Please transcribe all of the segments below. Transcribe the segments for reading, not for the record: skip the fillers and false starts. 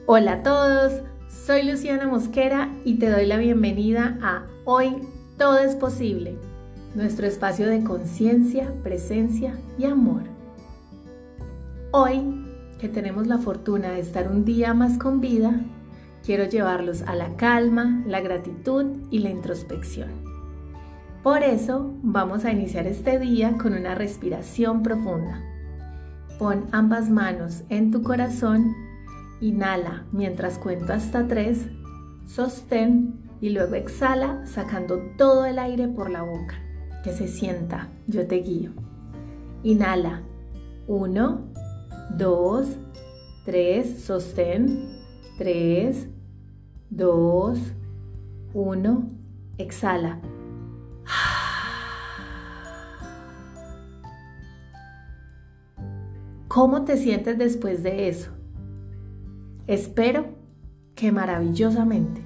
Hola a todos, soy Luciana Mosquera y te doy la bienvenida a Hoy Todo es Posible, nuestro espacio de conciencia, presencia y amor. Hoy, que tenemos la fortuna de estar un día más con vida, quiero llevarlos a la calma, la gratitud y la introspección. Por eso, vamos a iniciar este día con una respiración profunda. Pon ambas manos en tu corazón. Inhala mientras cuento hasta 3, sostén y luego exhala sacando todo el aire por la boca. Que se sienta, yo te guío. Inhala, 1, 2, 3, sostén, 3, 2, 1, exhala. ¿Cómo te sientes después de eso? Espero que maravillosamente.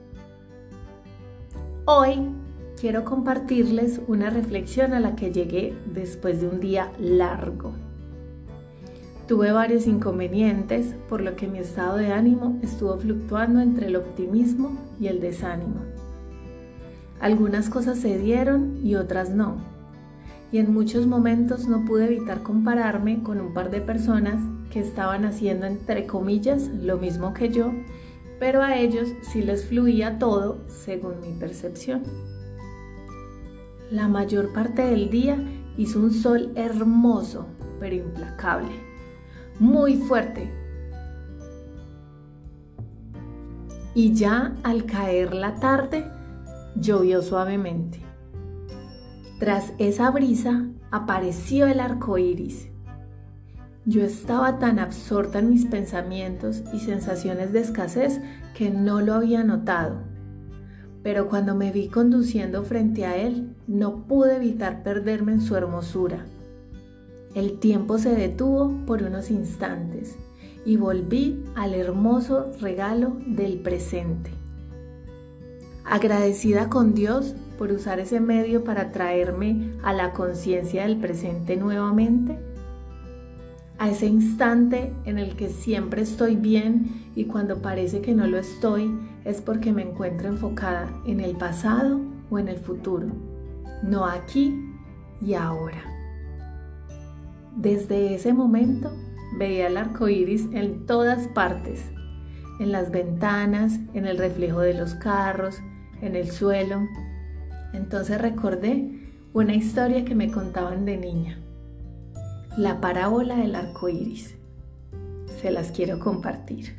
Hoy quiero compartirles una reflexión a la que llegué después de un día largo. Tuve varios inconvenientes, por lo que mi estado de ánimo estuvo fluctuando entre el optimismo y el desánimo. Algunas cosas se dieron y otras no. Y en muchos momentos no pude evitar compararme con un par de personas que estaban haciendo, entre comillas, lo mismo que yo, pero a ellos sí les fluía todo según mi percepción. La mayor parte del día hizo un sol hermoso, pero implacable, muy fuerte. Y ya al caer la tarde, llovió suavemente. Tras esa brisa, apareció el arco iris. Yo estaba tan absorta en mis pensamientos y sensaciones de escasez que no lo había notado. Pero cuando me vi conduciendo frente a él, no pude evitar perderme en su hermosura. El tiempo se detuvo por unos instantes y volví al hermoso regalo del presente. Agradecida con Dios por usar ese medio para traerme a la conciencia del presente nuevamente, a ese instante en el que siempre estoy bien y cuando parece que no lo estoy es porque me encuentro enfocada en el pasado o en el futuro, no aquí y ahora. Desde ese momento veía el arco iris en todas partes, en las ventanas, en el reflejo de los carros, en el suelo. Entonces recordé una historia que me contaban de niña, la parábola del arco iris. Se las quiero compartir.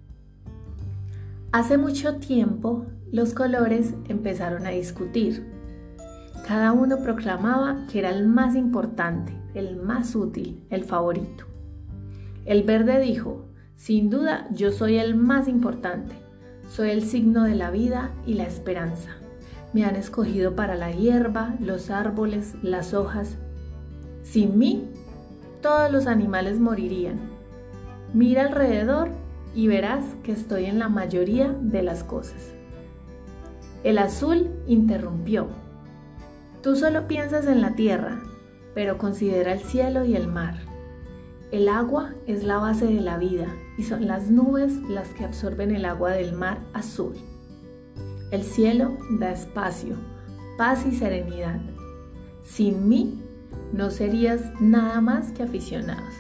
Hace mucho tiempo, los colores empezaron a discutir. Cada uno proclamaba que era el más importante, el más útil, el favorito. El verde dijo: sin duda, yo soy el más importante. Soy el signo de la vida y la esperanza. Me han escogido para la hierba, los árboles, las hojas. Sin mí, todos los animales morirían. Mira alrededor y verás que estoy en la mayoría de las cosas. El azul interrumpió. Tú solo piensas en la tierra, pero considera el cielo y el mar. El agua es la base de la vida y son las nubes las que absorben el agua del mar azul. El cielo da espacio, paz y serenidad. Sin mí, no serías nada más que aficionados.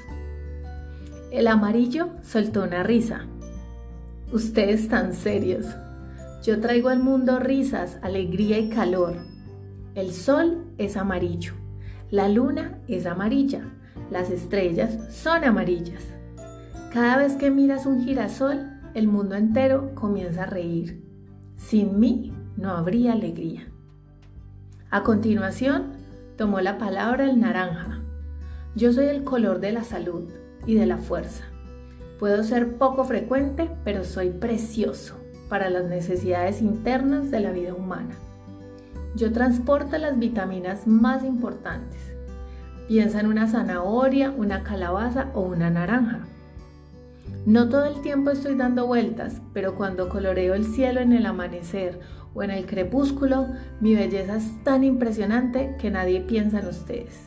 El amarillo soltó una risa. Ustedes tan serios. Yo traigo al mundo risas, alegría y calor. El sol es amarillo, la luna es amarilla, las estrellas son amarillas. Cada vez que miras un girasol, el mundo entero comienza a reír. Sin mí no habría alegría. A continuación, tomó la palabra el naranja. Yo soy el color de la salud y de la fuerza. Puedo ser poco frecuente, pero soy precioso para las necesidades internas de la vida humana. Yo transporto las vitaminas más importantes. Piensa en una zanahoria, una calabaza o una naranja. No todo el tiempo estoy dando vueltas, pero cuando coloreo el cielo en el amanecer o en el crepúsculo, mi belleza es tan impresionante que nadie piensa en ustedes.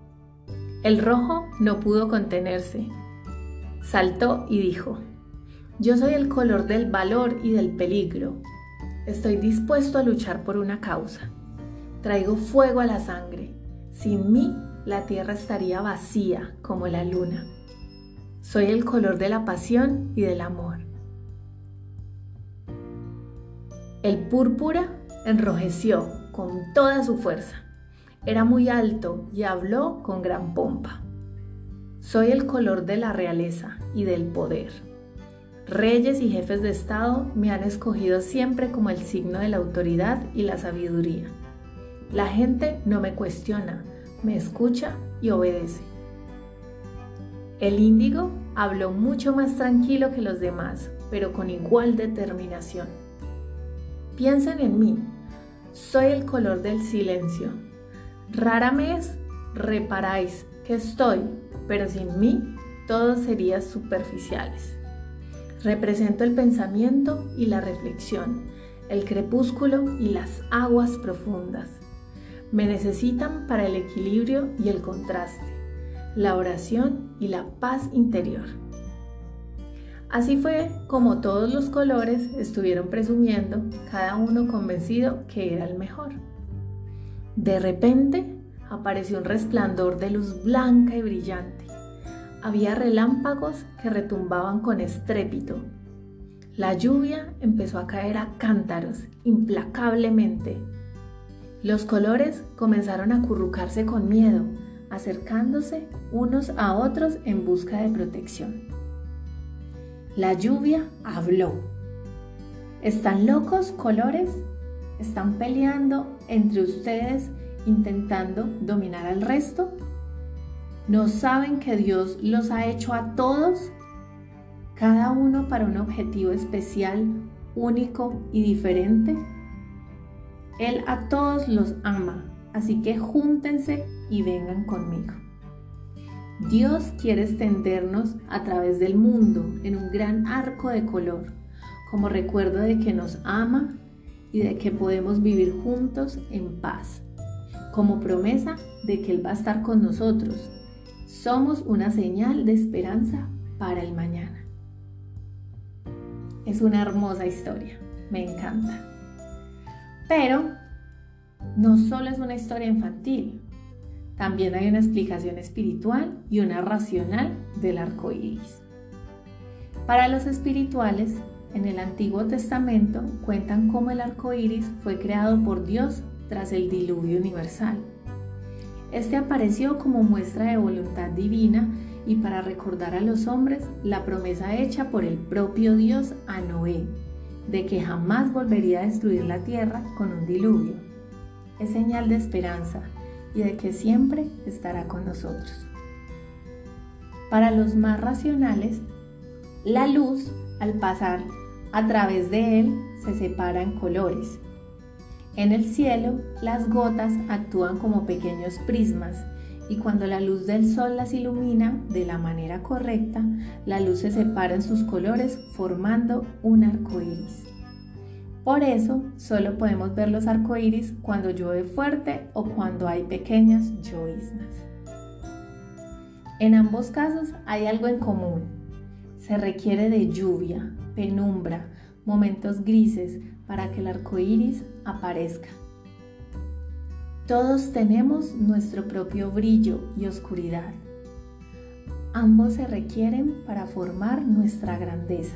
El rojo no pudo contenerse. Saltó y dijo: Yo soy el color del valor y del peligro. Estoy dispuesto a luchar por una causa. Traigo fuego a la sangre. Sin mí, la tierra estaría vacía como la luna. Soy el color de la pasión y del amor. El púrpura enrojeció con toda su fuerza. Era muy alto y habló con gran pompa. Soy el color de la realeza y del poder. Reyes y jefes de Estado me han escogido siempre como el signo de la autoridad y la sabiduría. La gente no me cuestiona, me escucha y obedece. El índigo habló mucho más tranquilo que los demás, pero con igual determinación. Piensen en mí, soy el color del silencio. Rara vez reparáis que estoy, pero sin mí todo sería superficiales. Represento el pensamiento y la reflexión, el crepúsculo y las aguas profundas. Me necesitan para el equilibrio y el contraste, la oración y la paz interior. Así fue como todos los colores estuvieron presumiendo, cada uno convencido que era el mejor. De repente apareció un resplandor de luz blanca y brillante. Había relámpagos que retumbaban con estrépito. La lluvia empezó a caer a cántaros, implacablemente. Los colores comenzaron a acurrucarse con miedo, acercándose unos a otros en busca de protección. La lluvia habló. ¿Están locos, colores? ¿Están peleando entre ustedes intentando dominar al resto? ¿No saben que Dios los ha hecho a todos? Cada uno para un objetivo especial, único y diferente. Él a todos los ama, así que júntense y vengan conmigo. Dios quiere extendernos a través del mundo en un gran arco de color, como recuerdo de que nos ama y de que podemos vivir juntos en paz, como promesa de que Él va a estar con nosotros. Somos una señal de esperanza para el mañana. Es una hermosa historia, me encanta. Pero no solo es una historia infantil, también hay una explicación espiritual y una racional del arco iris. Para los espirituales, en el Antiguo Testamento cuentan cómo el arco iris fue creado por Dios tras el diluvio universal. Este apareció como muestra de voluntad divina y para recordar a los hombres la promesa hecha por el propio Dios a Noé, de que jamás volvería a destruir la tierra con un diluvio. Es señal de esperanza y de que siempre estará con nosotros. Para los más racionales, la luz, al pasar a través de él, se separa en colores. En el cielo, las gotas actúan como pequeños prismas y cuando la luz del sol las ilumina de la manera correcta, la luz se separa en sus colores formando un arco iris. Por eso, solo podemos ver los arcoíris cuando llueve fuerte o cuando hay pequeñas lloviznas. En ambos casos hay algo en común. Se requiere de lluvia, penumbra, momentos grises para que el arcoíris aparezca. Todos tenemos nuestro propio brillo y oscuridad. Ambos se requieren para formar nuestra grandeza.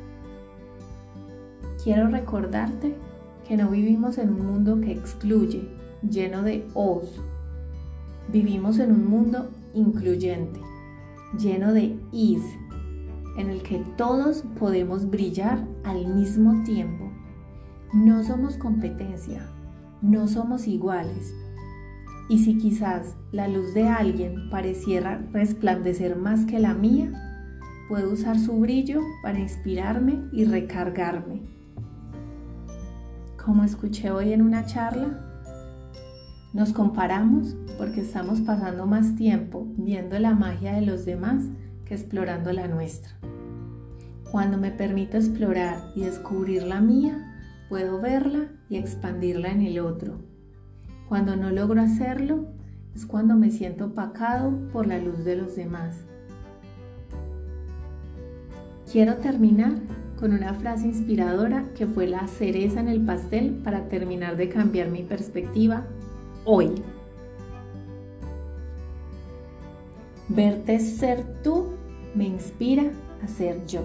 Quiero recordarte que no vivimos en un mundo que excluye, lleno de os. Vivimos en un mundo incluyente, lleno de is, en el que todos podemos brillar al mismo tiempo. No somos competencia, no somos iguales. Y si quizás la luz de alguien pareciera resplandecer más que la mía, puedo usar su brillo para inspirarme y recargarme. Como escuché hoy en una charla, nos comparamos porque estamos pasando más tiempo viendo la magia de los demás que explorando la nuestra. Cuando me permito explorar y descubrir la mía, puedo verla y expandirla en el otro. Cuando no logro hacerlo, es cuando me siento opacado por la luz de los demás. Quiero terminar con una frase inspiradora que fue la cereza en el pastel para terminar de cambiar mi perspectiva hoy. Verte ser tú me inspira a ser yo.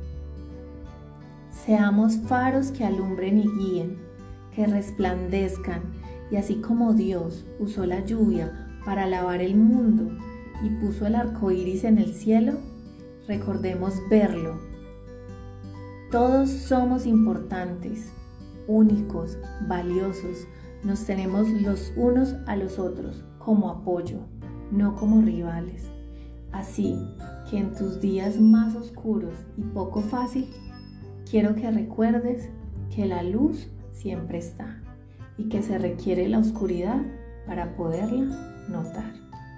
Seamos faros que alumbren y guíen, que resplandezcan, y así como Dios usó la lluvia para lavar el mundo y puso el arco iris en el cielo, recordemos verlo. Todos somos importantes, únicos, valiosos. Nos tenemos los unos a los otros como apoyo, no como rivales. Así que en tus días más oscuros y poco fácil, quiero que recuerdes que la luz siempre está y que se requiere la oscuridad para poderla notar.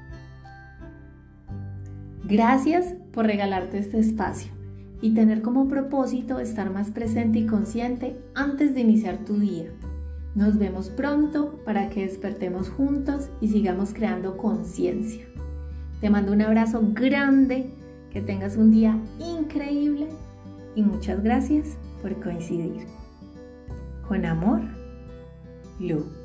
Gracias por regalarte este espacio y tener como propósito estar más presente y consciente antes de iniciar tu día. Nos vemos pronto para que despertemos juntos y sigamos creando conciencia. Te mando un abrazo grande, que tengas un día increíble y muchas gracias por coincidir. Con amor, Lu.